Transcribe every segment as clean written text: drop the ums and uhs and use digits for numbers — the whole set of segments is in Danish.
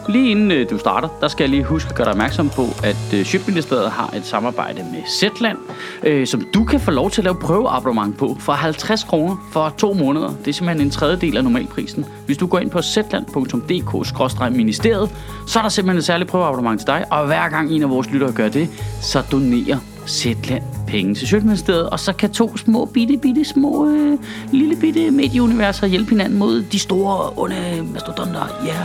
lige inden du starter, der skal jeg lige huske at gøre dig opmærksom på, at Sjøtministeriet har et samarbejde med Zetland, som du kan få lov til at lave prøveabonnement på for 50 kroner for 2 måneder. Det er simpelthen en tredjedel af normalprisen. Hvis du går ind på zetland.dk/ministeriet, så er der simpelthen et særligt prøveabonnement til dig, og hver gang en af vores lyttere gør det, så donerer Zetland penge til Sjøtministeriet, og så kan 2 små små lille bitte medieuniverser hjælpe hinanden mod de store onde mastodonter. Yeah.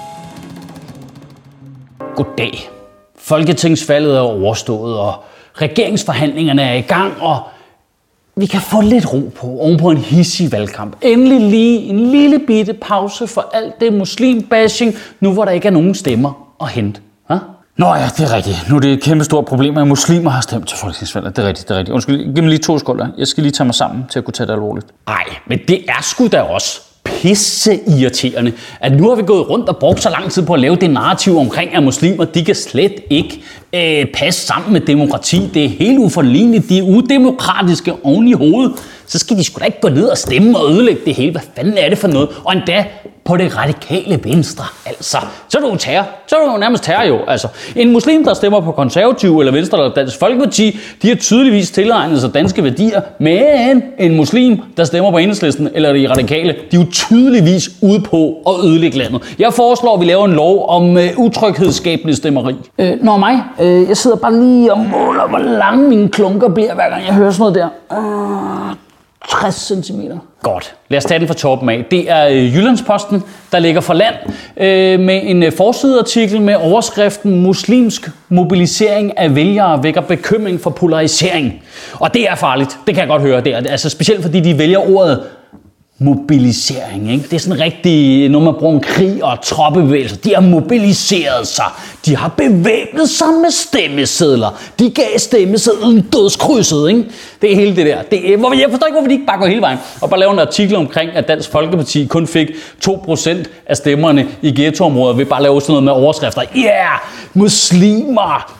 Goddag. Folketingsvalget er overstået, og regeringsforhandlingerne er i gang, og vi kan få lidt ro på ovenpå en hissig valgkamp. Endelig lige en lille bitte pause for alt det muslimbashing, nu hvor der ikke er nogen stemmer at hente. Nå ja, det er rigtigt. Nu er det et kæmpe stort problem, at muslimer har stemt til folketingsvalget. Det er rigtigt. Undskyld, giv mig lige 2 sekunder. Jeg skal lige tage mig sammen til at kunne tage det alvorligt. Nej, men det er sgu da også pisseirriterende, at nu har vi gået rundt og brugt så lang tid på at lave det narrativ omkring, at muslimer, de kan slet ikke passe sammen med demokrati. Det er helt uforligneligt. De er udemokratiske oven i hovedet. Så skal de sgu da ikke gå ned og stemme og ødelægge det hele. Hvad fanden er det for noget? Og endda på det radikale venstre, altså. Så er du jo terror. Så er du jo nærmest terror jo, altså. En muslim, der stemmer på Konservative eller Venstre eller Dansk Folkeparti, de har tydeligvis tilegnet sig danske værdier, men en muslim, der stemmer på Enhedslisten eller de radikale, de er jo tydeligvis ude på at ødelægge landet. Jeg foreslår, at vi laver en lov om utryghedsskabende stemmeri. Jeg sidder bare lige og måler, hvor lange mine klunker bliver, hver gang jeg hører sådan noget der. 60 cm. Godt. Lad os tage den fra toppen af. Det er Jyllandsposten, der ligger for land med en forsideartikel med overskriften "Muslimsk mobilisering af vælgere vækker bekymring for polarisering". Og det er farligt. Det kan jeg godt høre. Det er, altså specielt fordi de vælger ordet mobilisering, ikke? Det er sådan rigtig, når man bruger en krig og troppebevægelser. De har mobiliseret sig. De har bevæbnet sig med stemmesedler. De gav stemmesedlen dødskrydset, ikke? Det er hele det der. Jeg forstår ikke, hvorfor de ikke bare går hele vejen og bare laver en artikel omkring, at Dansk Folkeparti kun fik 2% af stemmerne i ghettoområder ved bare at lave sådan noget med overskrifter. Muslimer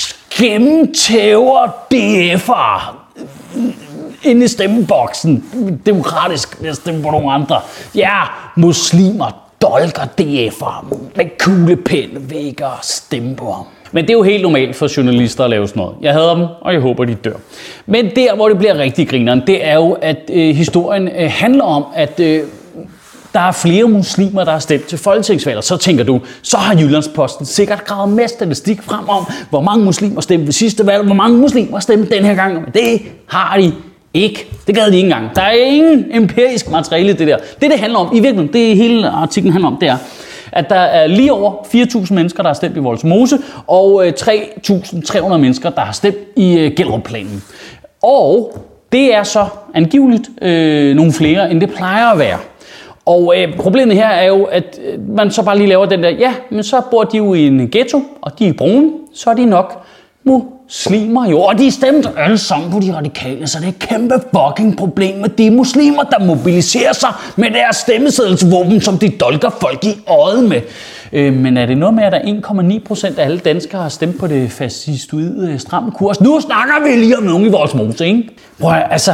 gennemtæver DF'er inde i stemmeboksen, demokratisk, ved at stemme på nogle andre. Muslimer dolker DF'er med kuglepen, vækker stemme på ham. Men det er jo helt normalt for journalister at lave sådan noget. Jeg hader dem, og jeg håber, de dør. Men der, hvor det bliver rigtig grineren, det er jo, at historien handler om, at der er flere muslimer, der har stemt til folketingsvalget. Så tænker du, så har Jyllandsposten sikkert gravet med statistik frem om, hvor mange muslimer stemte ved sidste valg, hvor mange muslimer stemte den her gang. Men det har de ikke. Det gad de ikke engang. Der er ingen empirisk materiale i det der. Det handler om, i virkeligheden, det hele artiklen handler om, det er, at der er lige over 4.000 mennesker, der har stemt i Vollsmose, og 3.300 mennesker, der har stemt i Gellerupplanen. Og det er så angiveligt nogle flere, end det plejer at være. Og problemet her er jo, at man så bare lige laver den der, men så bor de jo i en ghetto, og de er brune, så er de nok muslimer jo. Og de stemte alle sammen på de radikale, så det er et kæmpe fucking problem med de muslimer, der mobiliserer sig med deres stemmeseddelsvåben, som de dolker folk i øjet med. Men er det noget med, at der 1,9% af alle danskere har stemt på det fascistoide stramme kurs? Nu snakker vi lige om nogen i Vollsmose, ikke? Prøv at, altså,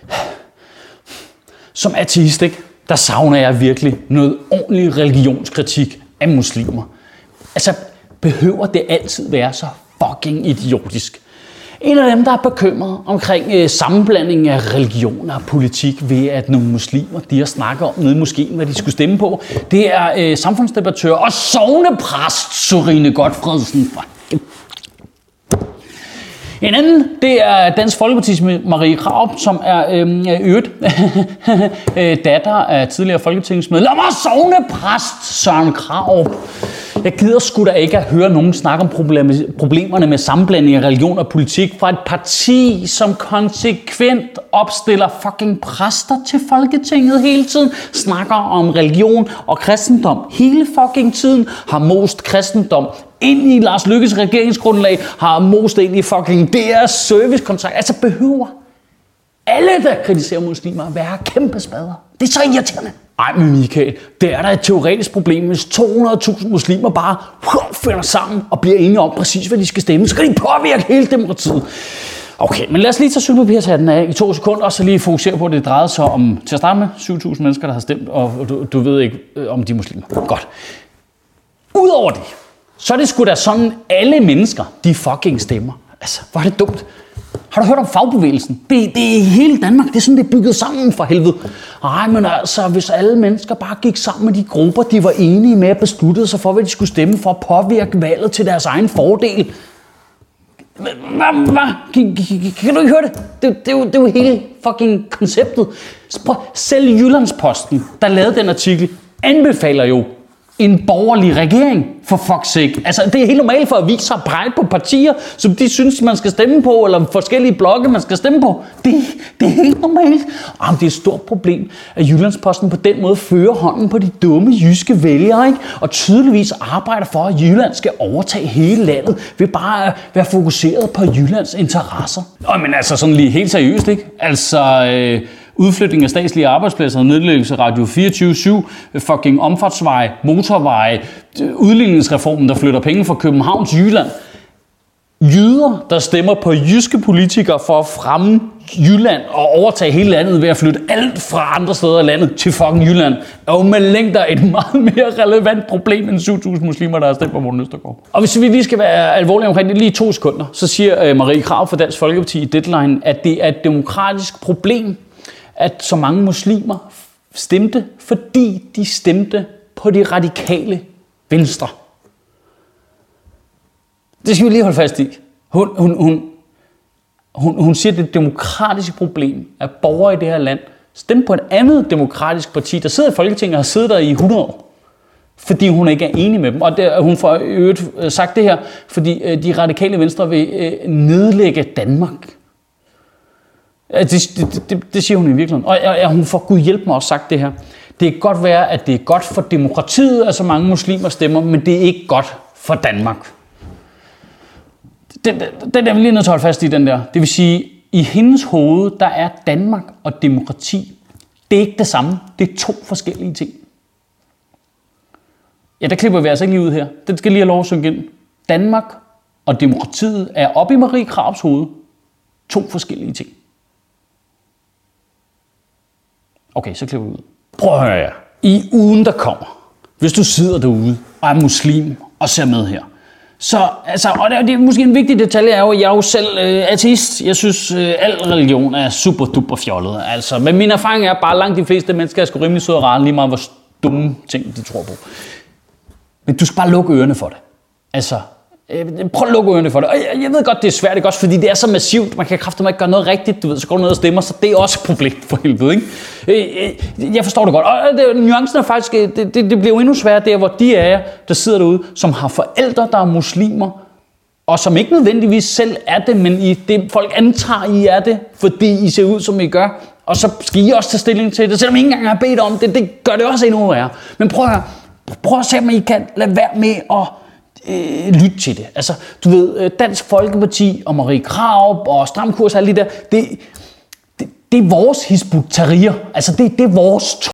som ateist, ikke? Der savner jeg virkelig noget ordentlig religionskritik af muslimer. Altså, behøver det altid være så fucking idiotisk? En af dem, der er bekymret omkring sammenblanding af religion og politik ved, at nogle muslimer, de har snakket om nede i moskeen, hvad de skulle stemme på, det er samfundsdebattør og sognepræst Sørine Gotfredsen. En anden, det er Dansk Folkepartis Marie Krarup, som er øvrigt datter af tidligere folketingsmedlem og sognepræst Søren Krarup. Jeg gider sgu da ikke at høre nogen snakke om problemerne med sammenblanding af religion og politik fra et parti, som konsekvent opstiller fucking præster til Folketinget hele tiden, snakker om religion og kristendom hele fucking tiden, har most kristendom ind i Lars Løkkes regeringsgrundlag, har most ind i fucking deres servicekontrakt. Altså behøver alle, der kritiserer muslimer, at være kæmpe spader. Det er så irriterende. Ej, men Michael, det er der et teoretisk problem, hvis 200.000 muslimer bare finder sammen og bliver enige om præcis, hvad de skal stemme. Så kan de påvirke hele demokratiet. Okay, men lad os lige tage sølvpapirshatten af i 2 sekunder, og så lige fokusere på, at det drejede sig om, til at starte med, 7.000 mennesker, der har stemt, og du ved ikke, om de er muslimer. Godt. Udover det, så er det sgu da sådan, alle mennesker, de fucking stemmer. Altså, hvor er det dumt. Har du hørt om fagbevægelsen? Det er hele Danmark. Det er sådan, det er bygget sammen for helvede. Ej, men altså, hvis alle mennesker bare gik sammen med de grupper, de var enige med at beslutte sig for, hvad de skulle stemme for at påvirke valget til deres egen fordel. Hvad? Kan du ikke høre det? Det er jo hele fucking konceptet. Selv Jyllandsposten, der lavede den artikel, anbefaler jo en borgerlig regering, for fuck's sake. Altså, det er helt normalt for aviser at pege på partier, som de synes, man skal stemme på, eller forskellige blokke, man skal stemme på. Det er helt normalt. Det er et stort problem, at Jyllandsposten på den måde fører hånden på de dumme jyske vælgere, ikke? Og tydeligvis arbejder for, at Jylland skal overtage hele landet, ved bare at være fokuseret på Jyllands interesser. Men altså, sådan lige helt seriøst, ikke? Altså, udflytning af statslige arbejdspladser, nedlæggelse af Radio 24/7, fucking omfartsveje, motorveje, udligningsreformen, der flytter penge fra København til Jylland. Jyder, der stemmer på jyske politikere for at fremme Jylland og overtage hele landet ved at flytte alt fra andre steder i landet til fucking Jylland, er jo med længder et meget mere relevant problem end 7.000 muslimer, der har stemt på Morten Østergaard. Og hvis vi lige skal være alvorlige omkring det lige 2 sekunder, så siger Marie Krarup fra Dansk Folkeparti i Deadline, at det er et demokratisk problem, at så mange muslimer stemte, fordi de stemte på de radikale venstre. Det skal vi lige holde fast i. Hun siger, at det er et demokratisk problem, at borgere i det her land stemmer på et andet demokratisk parti, der sidder i Folketinget og har siddet der i 100 år, fordi hun ikke er enig med dem. Og hun får øvrigt sagt det her, fordi de radikale venstre vil nedlægge Danmark. Det siger hun i virkeligheden. Og hun får Gud hjælpe mig også sagt det her. Det kan godt være, at det er godt for demokratiet, at så mange muslimer stemmer, men det er ikke godt for Danmark. Den er vi lige nødt til at holde fast i, den der. Det vil sige, i hendes hoved, der er Danmark og demokrati. Det er ikke det samme. Det er 2 forskellige ting. Ja, der klipper vi altså ikke lige ud her. Den skal lige have lov at synge ind. Danmark og demokratiet er oppe i Marie Krarups hoved 2 forskellige ting. Okay, så klipper vi ud. Prøv at høre jer. I ugen, der kommer, hvis du sidder derude og er muslim og ser med her, så, altså, og det er måske en vigtig detalje, er jo, at jeg er jo selv ateist. Jeg synes, al religion er super duper fjollet. Altså, men min erfaring er bare, at langt de fleste mennesker er sgu rimelig søde og rare, lige meget hvor dumme ting de tror på. Men du skal bare lukke ørerne for det. Altså, prøv at lukke ørerne for det. Og jeg ved godt, det er svært, ikke også, fordi det er så massivt. Man kan kraftedeme ikke gøre noget rigtigt, du ved, så går du ned og stemmer, så det er også et problem for helvede, ikke? Jeg forstår det godt. Og nuancen er faktisk, det bliver jo endnu sværere der, hvor de af jer, der sidder derude, som har forældre, der er muslimer, og som ikke nødvendigvis selv er det, men i det folk antager, I er det, fordi I ser ud, som I gør. Og så skal I også tage stilling til det, selvom I ikke engang har bedt om det. Det gør det også endnu værre. Men prøv at se, om I kan lade være med at lytte til det. Altså, du ved, Dansk Folkeparti og Marie Krarup og Stram Kurs og alle de der, det er vores Hizb ut-Tahrir. Altså, det er vores